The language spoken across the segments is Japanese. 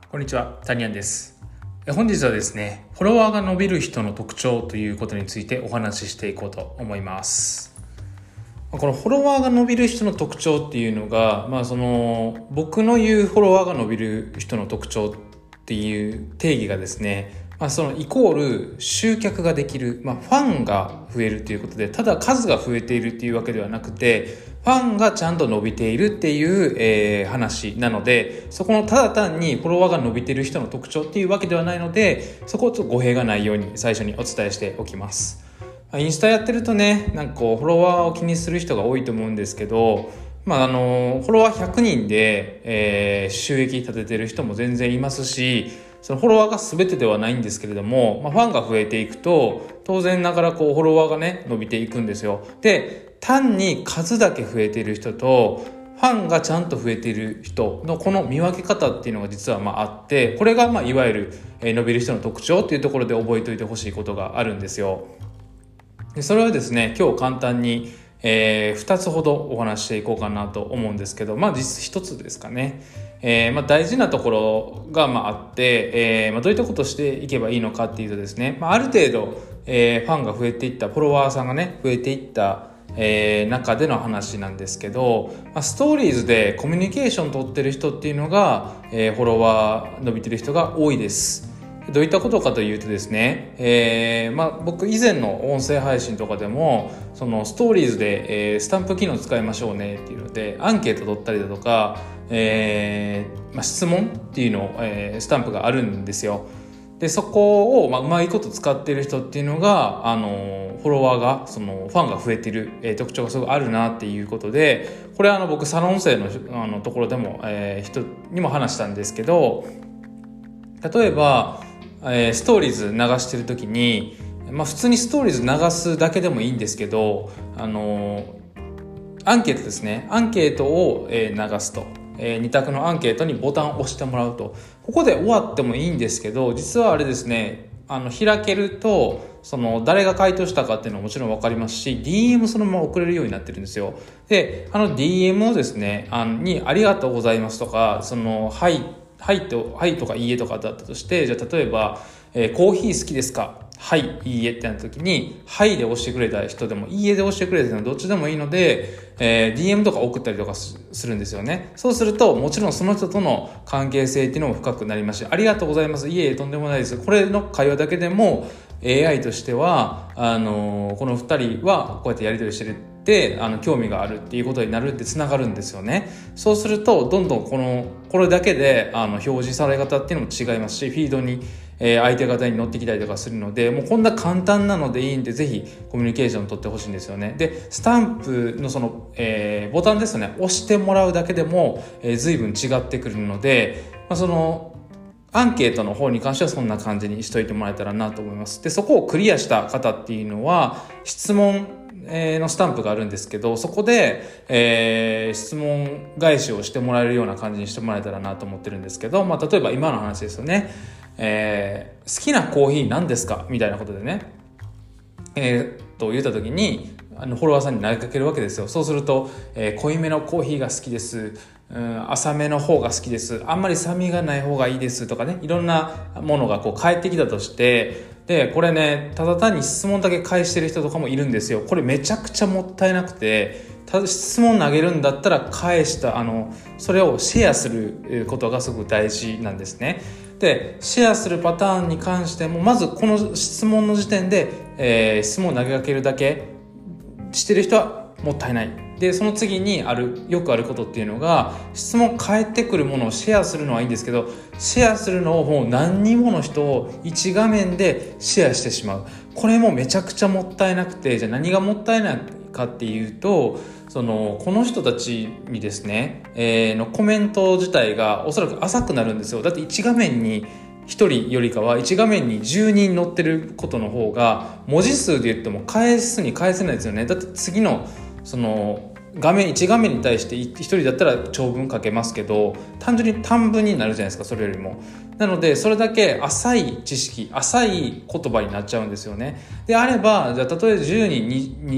こんにちは、タニアンです。本日はですね、フォロワーが伸びる人の特徴ということについてお話ししていこうと思います。このフォロワーが伸びる人の特徴っていうのが、僕の言うフォロワーが伸びる人の特徴っていう定義がですね、そのイコール集客ができる、ファンが増えるということで、ただ数が増えているっていうわけではなくて、ファンがちゃんと伸びているっていう、話なので、そこのただ単にフォロワーが伸びている人の特徴っていうわけではないので、そこをちょっと語弊がないように最初にお伝えしておきます。インスタやってるとね、フォロワーを気にする人が多いと思うんですけど、フォロワー100人で、収益立ててる人も全然いますし、そのフォロワーが全てではないんですけれども、ファンが増えていくと当然ながらフォロワーがね伸びていくんですよ。で、単に数だけ増えている人とファンがちゃんと増えている人のこの見分け方っていうのが実はあって、これがいわゆる伸びる人の特徴っていうところで覚えておいてほしいことがあるんですよ。でそれはですね、今日簡単に2つほどお話していこうかなと思うんですけど、実質1つですかね。大事なところがあって、どういったことをしていけばいいのかっていうとですね、ある程度、ファンが増えていった、フォロワーさんがね増えていった、中での話なんですけど、ストーリーズでコミュニケーション取ってる人っていうのが、フォロワー伸びてる人が多いです。どういったことかというとですね、僕以前の音声配信とかでもそのストーリーズで、スタンプ機能使いましょうねっていうのでアンケート取ったりだとか、質問っていうのを、スタンプがあるんですよ。でそこを、うまいこと使っている人っていうのがフォロワーがそのファンが増えている、特徴がすごいあるなっていうことで、これは僕サロン生のところでも、人にも話したんですけど、例えばストーリーズ流してる時に、普通にストーリーズ流すだけでもいいんですけど、アンケートですね、アンケートを流すと、2択のアンケートにボタンを押してもらうと、ここで終わってもいいんですけど、実はあれですね、開けるとその誰が回答したかっていうのはもちろん分かりますし、 DM そのまま送れるようになってるんですよ。でDM をですねにありがとうございますとか、そのはいとかいいえとかだったとして、じゃあ例えば、コーヒー好きですか、はいいいえってなった時に、はいで押してくれた人でもいいえで押してくれた人でもどっちでもいいので、DM とか送ったりとかするんですよね。そうするともちろんその人との関係性っていうのも深くなりますし、ありがとうございます、いえとんでもないです、これの会話だけでも AI としてはこの2人はこうやってやり取りしてるで興味があるっていうことになるってつながるんですよね。そうするとどんどんこれだけで表示され方っていうのも違いますし、フィードに相手方に乗ってきたりとかするので、もうこんな簡単なのでいいんで、ぜひコミュニケーション取ってほしいんですよね。でスタンプのその、ボタンですね、押してもらうだけでも、随分違ってくるので、そのアンケートの方に関してはそんな感じにしといてもらえたらなと思います。でそこをクリアした方っていうのは質問のスタンプがあるんですけど、そこで、質問返しをしてもらえるような感じにしてもらえたらなと思ってるんですけど、例えば今の話ですよね、好きなコーヒー何ですかみたいなことでね、言った時にフォロワーさんに投げかけるわけですよ。そうすると、濃いめのコーヒーが好きです、浅めの方が好きです、あんまり酸味がない方がいいですとかね、いろんなものが返ってきたとして、でこれね、ただ単に質問だけ返してる人とかもいるんですよ。これめちゃくちゃもったいなくて、ただ質問投げるんだったら返したそれをシェアすることがすごく大事なんですね。でシェアするパターンに関しても、まずこの質問の時点で、質問を投げかけるだけしてる人はもったいない。でその次によくあることっていうのが、質問返ってくるものをシェアするのはいいんですけど、シェアするのをもう何人もの人を一画面でシェアしてしまう。これもめちゃくちゃもったいなくて、じゃあ何がもったいないかっていうと、この人たちにですね、のコメント自体がおそらく浅くなるんですよ。だって1画面に1人よりかは1画面に10人載ってることの方が文字数で言っても返すに返せないですよね。だって次の 1画面に対して1人だったら長文書けますけど、単純に短文になるじゃないですか、それよりも。なのでそれだけ浅い知識、浅い言葉になっちゃうんですよね。であれば、じゃあたとえ10人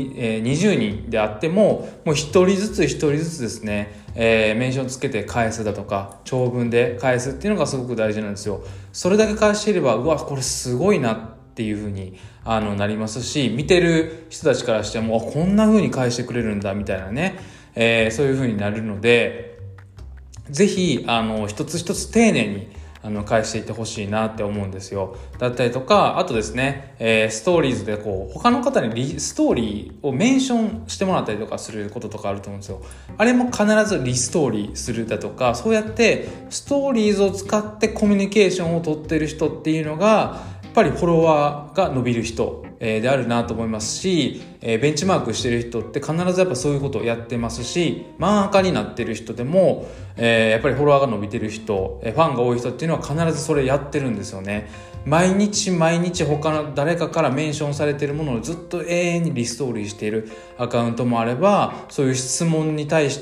20人であっても、もう1人ずつですね、メンションつけて返すだとか長文で返すっていうのがすごく大事なんですよ。それだけ返していれば、うわこれすごいなっていう風になりますし、見てる人たちからしてもこんな風に返してくれるんだみたいなね、そういう風になるので、ぜひ一つ一つ丁寧に返していってほしいなって思うんですよ。だったりとか、あとですね、ストーリーズで他の方にストーリーをメンションしてもらったりとかすることとかあると思うんですよ。あれも必ずリストーリーするだとか、そうやってストーリーズを使ってコミュニケーションを取ってる人っていうのがやっぱりフォロワーが伸びる人であるなと思いますし、ベンチマークしてる人って必ずやっぱそういうことをやってますし、マーカーになってる人でも、やっぱりフォロワーが伸びてる人、ファンが多い人っていうのは必ずそれやってるんですよね。毎日他の誰かからメンションされているものをずっと永遠にリストーリーしているアカウントもあれば、そういう質問に対して、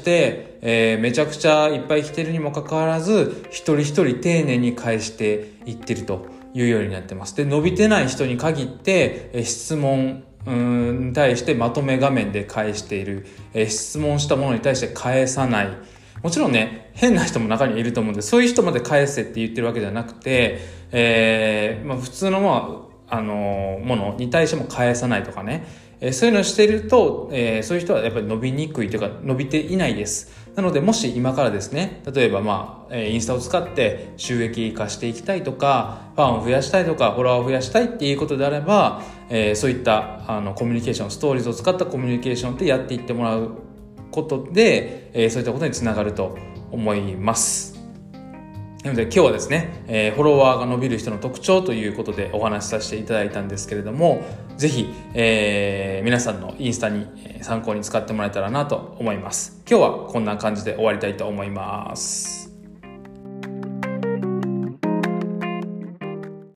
めちゃくちゃいっぱい来てるにもかかわらず一人一人丁寧に返していってるというようになってます。で、伸びてない人に限って質問に対してまとめ画面で返している、質問したものに対して返さない。もちろんね、変な人も中にいると思うんで、そういう人まで返せって言ってるわけじゃなくて、普通のものに対しても返さないとかね、そういうのをしていると、そういう人はやっぱり伸びにくいというか伸びていないです。なので、もし今からですね、例えばインスタを使って収益化していきたいとか、ファンを増やしたいとか、フォロワーを増やしたいっていうことであれば、そういったコミュニケーション、ストーリーズを使ったコミュニケーションってやっていってもらうことで、そういったことにつながると思います。なので今日はですね、フォロワーが伸びる人の特徴ということでお話しさせていただいたんですけれども、ぜひ、皆さんのインスタに参考に使ってもらえたらなと思います。今日はこんな感じで終わりたいと思います。